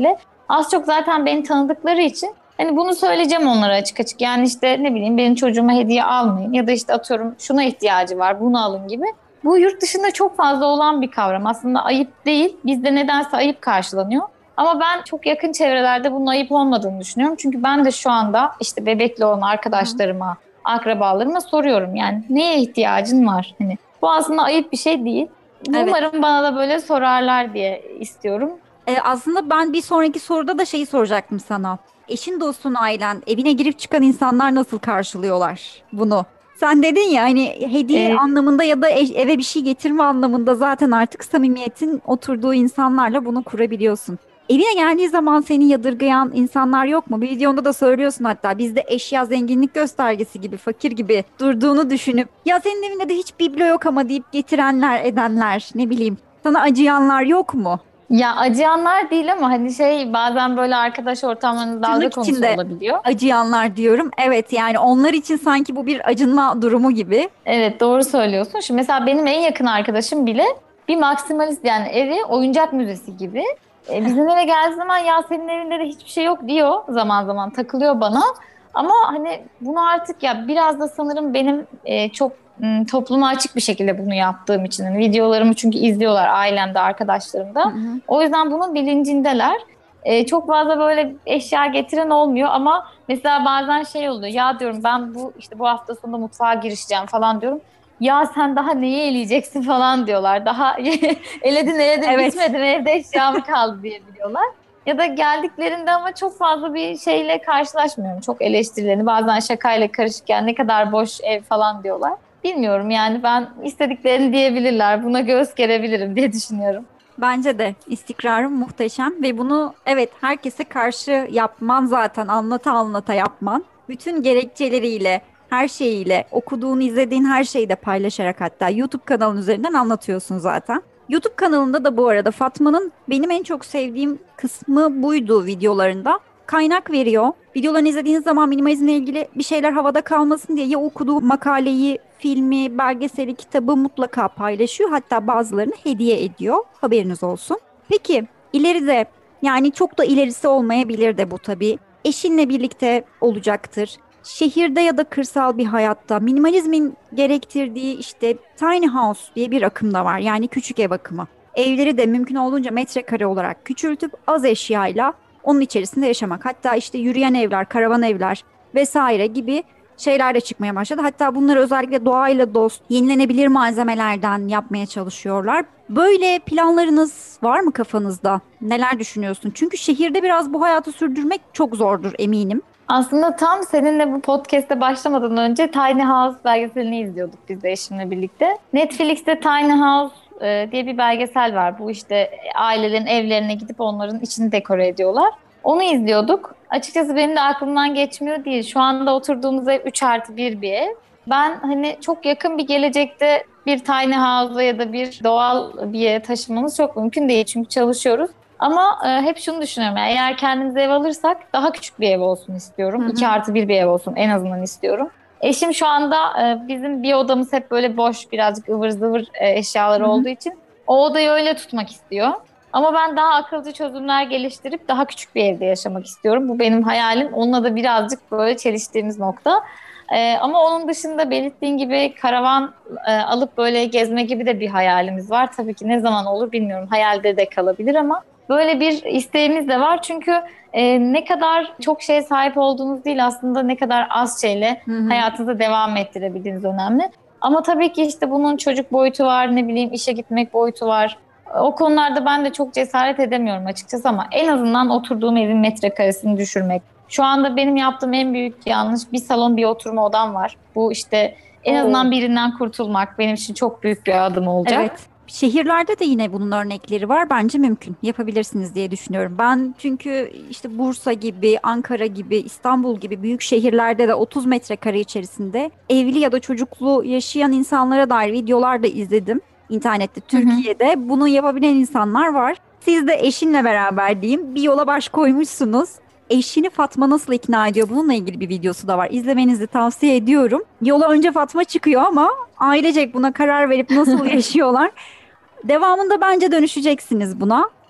Az çok zaten beni tanıdıkları için hani bunu söyleyeceğim onlara açık açık. Yani işte ne bileyim benim çocuğuma hediye almayın ya da işte atıyorum şuna ihtiyacı var bunu alın gibi. Bu yurt dışında çok fazla olan bir kavram. Aslında ayıp değil. Bizde nedense ayıp karşılanıyor. Ama ben çok yakın çevrelerde bunun ayıp olmadığını düşünüyorum. Çünkü ben de şu anda işte bebekli olan arkadaşlarıma, akrabalarıma soruyorum. Yani neye ihtiyacın var? Hani bu aslında ayıp bir şey değil. Evet. Umarım bana da böyle sorarlar diye istiyorum. Ee, aslında ben bir sonraki soruda da şeyi soracaktım sana. Eşin, dostun, ailen, evine girip çıkan insanlar nasıl karşılıyorlar bunu? Sen dedin ya hani hediye Ee, anlamında ya da eş- eve bir şey getirme anlamında zaten artık samimiyetin oturduğu insanlarla bunu kurabiliyorsun. Evine geldiği zaman seni yadırgayan insanlar yok mu? Bir videonda da söylüyorsun hatta bizde eşya zenginlik göstergesi gibi, fakir gibi durduğunu düşünüp ya senin evinde de hiç biblo yok ama deyip getirenler, edenler, ne bileyim sana acıyanlar yok mu? Ya acıyanlar değil ama hani şey bazen böyle arkadaş ortamlarında dalga Tırnak konusu içinde olabiliyor. acıyanlar diyorum. Evet yani onlar için sanki bu bir acınma durumu gibi. Evet doğru söylüyorsun. Şimdi mesela benim en yakın arkadaşım bile bir maksimalist yani evi oyuncak müzesi gibi. E, bizim eve geldiği zaman ya senin evinde de hiçbir şey yok diyor zaman zaman takılıyor bana. Ama hani bunu artık ya biraz da sanırım benim e, çok m, topluma açık bir şekilde bunu yaptığım için. Yani videolarımı çünkü izliyorlar ailemde, arkadaşlarım Hı da. hı. O yüzden bunun bilincindeler. E, çok fazla böyle eşya getiren olmuyor ama mesela bazen şey oluyor. Ya diyorum ben bu işte bu hafta sonu mutfağa girişeceğim falan diyorum. Ya sen daha neyi eleyeceksin falan diyorlar. Daha eledin eledin Evet. bitmedi mi evde eşya mı kaldı diye biliyorlar. Ya da geldiklerinde ama çok fazla bir şeyle karşılaşmıyorum. Çok eleştirilerini bazen şakayla karışıkken ne kadar boş ev falan diyorlar. Bilmiyorum yani ben istediklerini diyebilirler. Buna göz gerebilirim diye düşünüyorum. Bence de istikrarın muhteşem ve bunu evet herkese karşı yapman zaten anlata anlata yapman. Bütün gerekçeleriyle, her şeyiyle, okuduğun, izlediğin her şeyi de paylaşarak hatta YouTube kanalın üzerinden anlatıyorsun zaten. YouTube kanalında da bu arada Fatma'nın benim en çok sevdiğim kısmı buydu videolarında. Kaynak veriyor. Videolarını izlediğiniz zaman minimalizmle ilgili bir şeyler havada kalmasın diye ya okuduğu makaleyi, filmi, belgeseli, kitabı mutlaka paylaşıyor. Hatta bazılarını hediye ediyor. Haberiniz olsun. Peki ileride yani çok da ilerisi olmayabilir de bu tabii. Eşinle birlikte olacaktır. Şehirde ya da kırsal bir hayatta minimalizmin gerektirdiği işte tiny house diye bir akım da var. Yani küçük ev akımı. Evleri de mümkün olduğunca metrekare olarak küçültüp az eşyayla onun içerisinde yaşamak. Hatta işte yürüyen evler, karavan evler vesaire gibi şeyler de çıkmaya başladı. Hatta bunları özellikle doğayla dost, yenilenebilir malzemelerden yapmaya çalışıyorlar. Böyle planlarınız var mı kafanızda? Neler düşünüyorsun? Çünkü şehirde biraz bu hayatı sürdürmek çok zordur eminim. Aslında tam seninle bu podcast'e başlamadan önce Tiny House belgeselini izliyorduk biz de eşimle birlikte. Netflix'te Tiny House e, diye bir belgesel var. Bu işte ailelerin evlerine gidip onların içini dekore ediyorlar. Onu izliyorduk. Açıkçası benim de aklımdan geçmiyor değil. Şu anda oturduğumuz ev üç artı bir bir ev. Ben hani çok yakın bir gelecekte bir tiny house'a ya da bir doğal bir yere taşınmamız çok mümkün değil. Çünkü çalışıyoruz. Ama e, hep şunu düşünüyorum. Yani eğer kendimize ev alırsak daha küçük bir ev olsun istiyorum. Hı hı. iki artı bir bir ev olsun en azından istiyorum. Eşim şu anda e, bizim bir odamız hep böyle boş birazcık ıvır zıvır e, eşyaları Hı hı. olduğu için o odayı öyle tutmak istiyor. Ama ben daha akılcı çözümler geliştirip daha küçük bir evde yaşamak istiyorum. Bu benim hayalim. Onunla da birazcık böyle çeliştiğimiz nokta. Ee, ama onun dışında belirttiğin gibi karavan e, alıp böyle gezme gibi de bir hayalimiz var. Tabii ki ne zaman olur bilmiyorum. Hayalde de kalabilir ama böyle bir isteğimiz de var. Çünkü e, ne kadar çok şeye sahip olduğunuz değil aslında ne kadar az şeyle Hı hı. hayatınızı devam ettirebildiğiniz önemli. Ama tabii ki işte bunun çocuk boyutu var, ne bileyim işe gitmek boyutu var. O konularda ben de çok cesaret edemiyorum açıkçası ama en azından oturduğum evin metrekaresini düşürmek. Şu anda benim yaptığım en büyük yanlış bir salon bir oturma odam var. Bu işte en Oo. azından birinden kurtulmak benim için çok büyük bir adım olacak. Evet. Şehirlerde de yine bunun örnekleri var. Bence mümkün. Yapabilirsiniz diye düşünüyorum. Ben çünkü işte Bursa gibi, Ankara gibi, İstanbul gibi büyük şehirlerde de otuz metrekare içerisinde evli ya da çocuklu yaşayan insanlara dair videolar da izledim. İnternette, Hı hı. Türkiye'de bunu yapabilen insanlar var. Siz de eşinle beraber diyeyim bir yola baş koymuşsunuz. Eşini Fatma nasıl ikna ediyor? Bununla ilgili bir videosu da var. İzlemenizi tavsiye ediyorum. Yola önce Fatma çıkıyor ama ailecek buna karar verip nasıl yaşıyorlar? Devamında bence dönüşeceksiniz buna.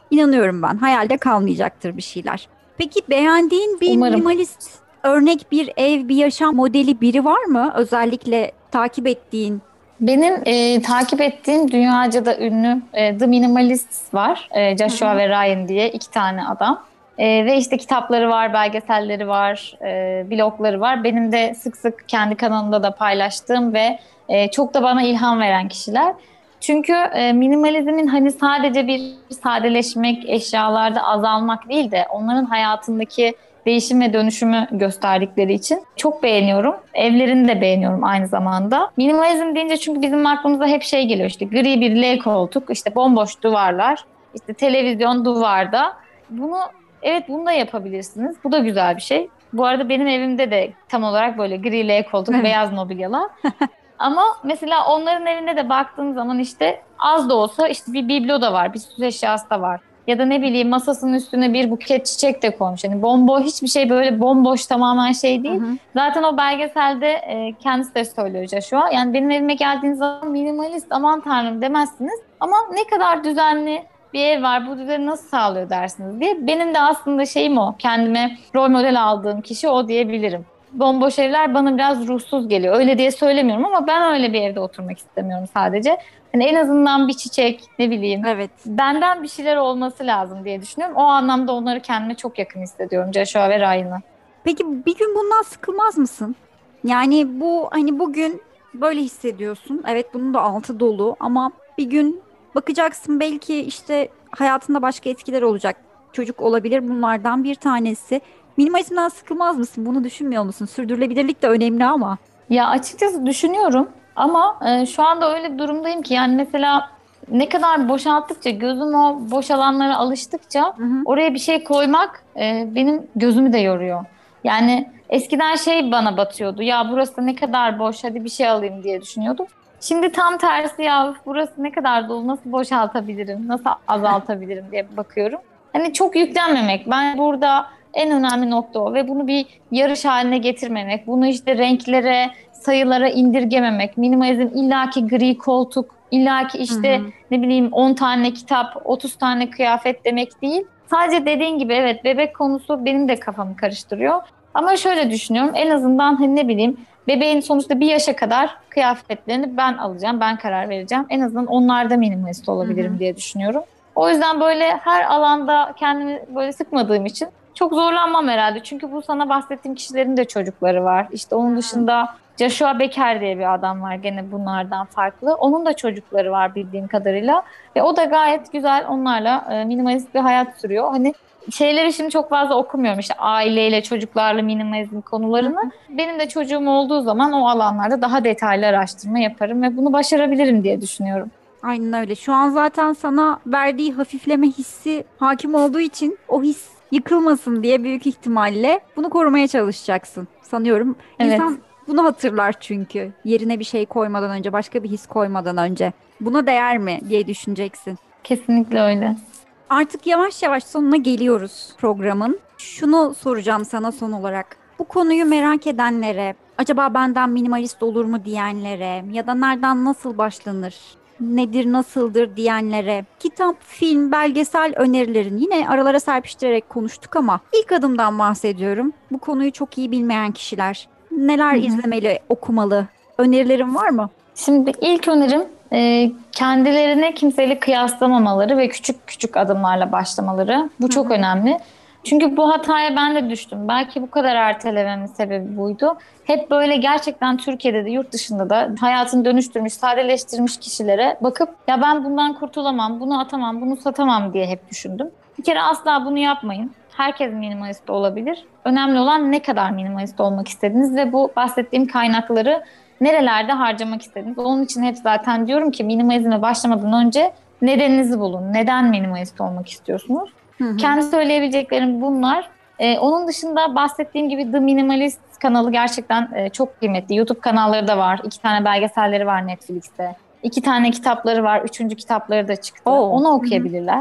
İnanıyorum ben. Hayalde kalmayacaktır bir şeyler. Peki beğendiğin bir Umarım. minimalist örnek bir ev, bir yaşam modeli biri var mı? Özellikle takip ettiğin. Benim e, takip ettiğim dünyaca da ünlü e, The Minimalists var. E, Hı Joshua hı. ve Ryan diye iki tane adam. E, ve işte kitapları var, belgeselleri var, e, blogları var. Benim de sık sık kendi kanalımda da paylaştığım ve e, çok da bana ilham veren kişiler. Çünkü e, minimalizmin hani sadece bir sadeleşmek, eşyalarda azalmak değil de onların hayatındaki değişim ve dönüşümü gösterdikleri için çok beğeniyorum. Evlerini de beğeniyorum aynı zamanda. Minimalizm deyince çünkü bizim aklımıza hep şey geliyor, işte gri bir L koltuk, işte bomboş duvarlar, işte televizyon duvarda. Bunu evet, bunu da yapabilirsiniz. Bu da güzel bir şey. Bu arada benim evimde de tam olarak böyle gri L koltuk, Evet. beyaz mobilyalar. Ama mesela onların evinde de baktığın zaman işte az da olsa işte bir biblo da var, bir süs eşyası da var. Ya da ne bileyim, masasının üstüne bir buket çiçek de koymuş. Hani bomboş, hiçbir şey böyle bomboş tamamen şey Hı değil. hı. Zaten o belgeselde e, kendisi de söylüyor Joshua. Yani benim evime geldiğiniz zaman minimalist, aman tanrım demezsiniz. Ama ne kadar düzenli bir ev var, bu düzeni nasıl sağlıyor dersiniz diye. Benim de aslında şeyim o. Kendime rol model aldığım kişi o diyebilirim. Bomboş evler bana biraz ruhsuz geliyor. Öyle diye söylemiyorum ama ben öyle bir evde oturmak istemiyorum sadece. Hani en azından bir çiçek, ne bileyim, Evet. benden bir şeyler olması lazım diye düşünüyorum. O anlamda onları kendime çok yakın hissediyorum, Joshua ve Ryan'ı. Peki bir gün bundan sıkılmaz mısın? Yani bu hani bugün böyle hissediyorsun. Evet, bunun da altı dolu ama bir gün bakacaksın, belki işte hayatında başka etkiler olacak. Çocuk olabilir bunlardan bir tanesi. Minimalizmden sıkılmaz mısın? Bunu düşünmüyor musun? Sürdürülebilirlik de önemli ama. Ya açıkçası düşünüyorum ama e, şu anda öyle bir durumdayım ki, yani mesela ne kadar boşalttıkça, gözüm o boş alanlara alıştıkça Hı hı. oraya bir şey koymak e, benim gözümü de yoruyor. Yani eskiden şey bana batıyordu, ya burası ne kadar boş, hadi bir şey alayım diye düşünüyordum. Şimdi tam tersi, ya üf, burası ne kadar dolu, nasıl boşaltabilirim, nasıl azaltabilirim diye bakıyorum. Hani çok yüklenmemek, ben burada en önemli nokta o ve bunu bir yarış haline getirmemek, bunu işte renklere, sayılara indirgememek, minimalizm illaki gri koltuk, illaki Hı işte hı. ne bileyim on tane kitap, otuz tane kıyafet demek değil. Sadece dediğin gibi evet, bebek konusu benim de kafamı karıştırıyor. Ama şöyle düşünüyorum, en azından hani ne bileyim, bebeğin sonuçta bir yaşa kadar kıyafetlerini ben alacağım, ben karar vereceğim. En azından onlarda minimalist Hı hı. olabilirim diye düşünüyorum. O yüzden böyle her alanda kendimi böyle sıkmadığım için çok zorlanmam herhalde. Çünkü bu sana bahsettiğim kişilerin de çocukları var. İşte onun dışında Joshua Becker diye bir adam var, gene bunlardan farklı. Onun da çocukları var bildiğim kadarıyla. Ve o da gayet güzel onlarla e, minimalist bir hayat sürüyor. Hani şeyleri şimdi çok fazla okumuyorum, işte aileyle, çocuklarla minimalizm Hı konularını. hı. Benim de çocuğum olduğu zaman o alanlarda daha detaylı araştırma yaparım ve bunu başarabilirim diye düşünüyorum. Aynen öyle. Şu an zaten sana verdiği hafifleme hissi hakim olduğu için o his yıkılmasın diye büyük ihtimalle bunu korumaya çalışacaksın sanıyorum. Evet, İnsan bunu hatırlar çünkü yerine bir şey koymadan önce, başka bir his koymadan önce. Buna değer mi diye düşüneceksin. kesinlikle öyle. Artık yavaş yavaş sonuna geliyoruz programın. Şunu soracağım sana son olarak. Bu konuyu merak edenlere, acaba benden minimalist olur mu diyenlere ya da nereden nasıl başlanır, nedir nasıldır diyenlere kitap, film, belgesel önerilerin yine aralara serpiştirerek konuştuk ama ilk adımdan bahsediyorum. Bu konuyu çok iyi bilmeyen kişiler neler Hı hı. izlemeli, okumalı? Önerilerin var mı? Şimdi ilk önerim e, kendilerine kimseyle kıyaslamamaları ve küçük küçük adımlarla başlamaları. Bu Hı çok hı. önemli. Çünkü bu hataya ben de düştüm. Belki bu kadar ertelememin sebebi buydu. Hep böyle gerçekten Türkiye'de de yurt dışında da hayatını dönüştürmüş, sadeleştirmiş kişilere bakıp ya ben bundan kurtulamam, bunu atamam, bunu satamam diye hep düşündüm. Bir kere asla bunu yapmayın. Herkes minimalist olabilir. Önemli olan ne kadar minimalist olmak istediğiniz ve bu bahsettiğim kaynakları nerelerde harcamak istediniz. Onun için hep zaten diyorum ki, minimalizme başlamadan önce nedeninizi bulun. Neden minimalist olmak istiyorsunuz? Hı hı. Kendi söyleyebileceklerim bunlar. Ee, onun dışında bahsettiğim gibi The Minimalist kanalı gerçekten e, çok kıymetli. YouTube kanalları da var. İki tane belgeselleri var Netflix'te. İki tane kitapları var. Üçüncü kitapları da çıktı. Oo. Onu Hı hı. okuyabilirler.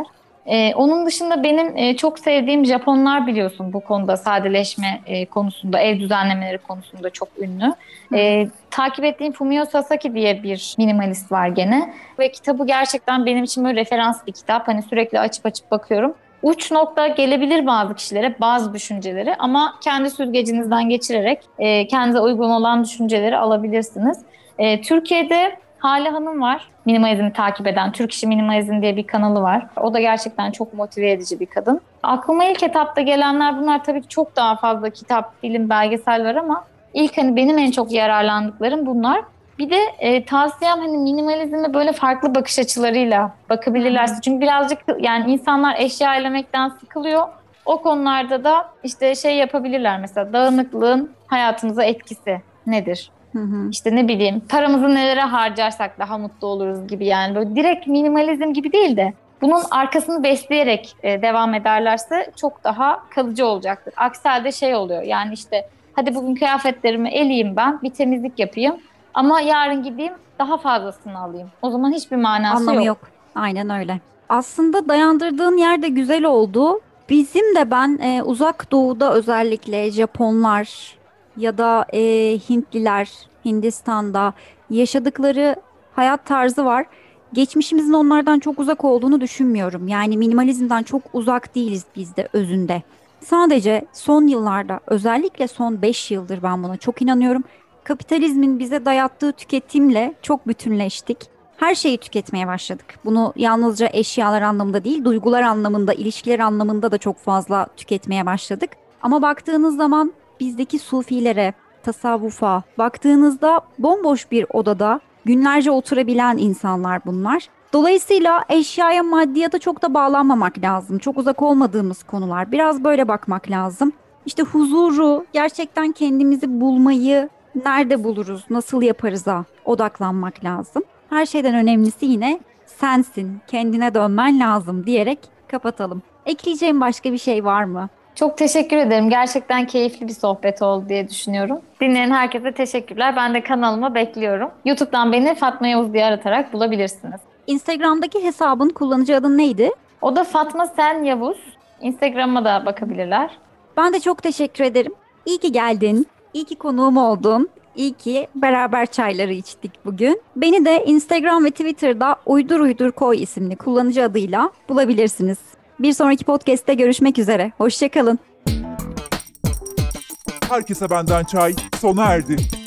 Ee, onun dışında benim e, çok sevdiğim Japonlar biliyorsun bu konuda sadeleşme e, konusunda, ev düzenlemeleri konusunda çok ünlü. Ee, takip ettiğim Fumio Sasaki diye bir minimalist var gene. Ve kitabı gerçekten benim için böyle referans bir kitap. Hani sürekli açıp açıp bakıyorum. Uç nokta gelebilir bazı kişilere, bazı düşünceleri ama kendi süzgecinizden geçirerek e, kendinize uygun olan düşünceleri alabilirsiniz. E, Türkiye'de Hale Hanım var. Minimalizmi takip eden, Türk İşi Minimalizm diye bir kanalı var. O da gerçekten çok motive edici bir kadın. Aklıma ilk etapta gelenler bunlar, tabii ki çok daha fazla kitap, film, belgesel var ama ilk hani benim en çok yararlandıklarım bunlar. Bir de e, tavsiyem hani minimalizme böyle farklı bakış açılarıyla bakabilirler. Çünkü birazcık yani insanlar eşya elemekten sıkılıyor. O konularda da işte şey yapabilirler, mesela dağınıklığın hayatımıza etkisi nedir? Hı hı. İşte ne bileyim paramızı nelere harcarsak daha mutlu oluruz gibi, yani böyle direkt minimalizm gibi değil de bunun arkasını besleyerek e, devam ederlerse çok daha kalıcı olacaktır. Aksi halde şey oluyor yani, işte hadi bugün kıyafetlerimi eleyeyim, ben bir temizlik yapayım ama yarın gideyim daha fazlasını alayım. O zaman hiçbir manası Anlamı yok. yok. Aynen öyle. Aslında dayandırdığın yer de güzel oldu. Bizim de ben e, Uzak Doğu'da özellikle Japonlar ya da e, Hintliler, Hindistan'da yaşadıkları hayat tarzı var. Geçmişimizin onlardan çok uzak olduğunu düşünmüyorum. Yani minimalizmden çok uzak değiliz biz de özünde. Sadece son yıllarda, özellikle son beş yıldır ben buna çok inanıyorum. Kapitalizmin bize dayattığı tüketimle çok bütünleştik. Her şeyi tüketmeye başladık. Bunu yalnızca eşyalar anlamında değil, duygular anlamında, ilişkiler anlamında da çok fazla tüketmeye başladık. Ama baktığınız zaman bizdeki sufilere, tasavvufa baktığınızda bomboş bir odada günlerce oturabilen insanlar bunlar. Dolayısıyla eşyaya, maddiyata çok da bağlanmamak lazım. Çok uzak olmadığımız konular. Biraz böyle bakmak lazım. İşte huzuru, gerçekten kendimizi bulmayı nerede buluruz, nasıl yaparız'a odaklanmak lazım. Her şeyden önemlisi yine sensin, kendine dönmen lazım diyerek kapatalım. Ekleyeceğim başka bir şey var mı? Çok teşekkür ederim. Gerçekten keyifli bir sohbet oldu diye düşünüyorum. Dinleyen herkese teşekkürler. Ben de kanalıma bekliyorum. YouTube'dan beni Fatma Yavuz diye aratarak bulabilirsiniz. Instagram'daki hesabın kullanıcı adın neydi? O da Fatma Sen Yavuz. Instagram'a da bakabilirler. Ben de çok teşekkür ederim. İyi ki geldin. İyi ki konuğum oldun. İyi ki beraber çayları içtik bugün. Beni de Instagram ve Twitter'da Uydur Uydur Koy isimli kullanıcı adıyla bulabilirsiniz. Bir sonraki podcast'te görüşmek üzere. Hoşça kalın. Herkese benden çay sona erdi.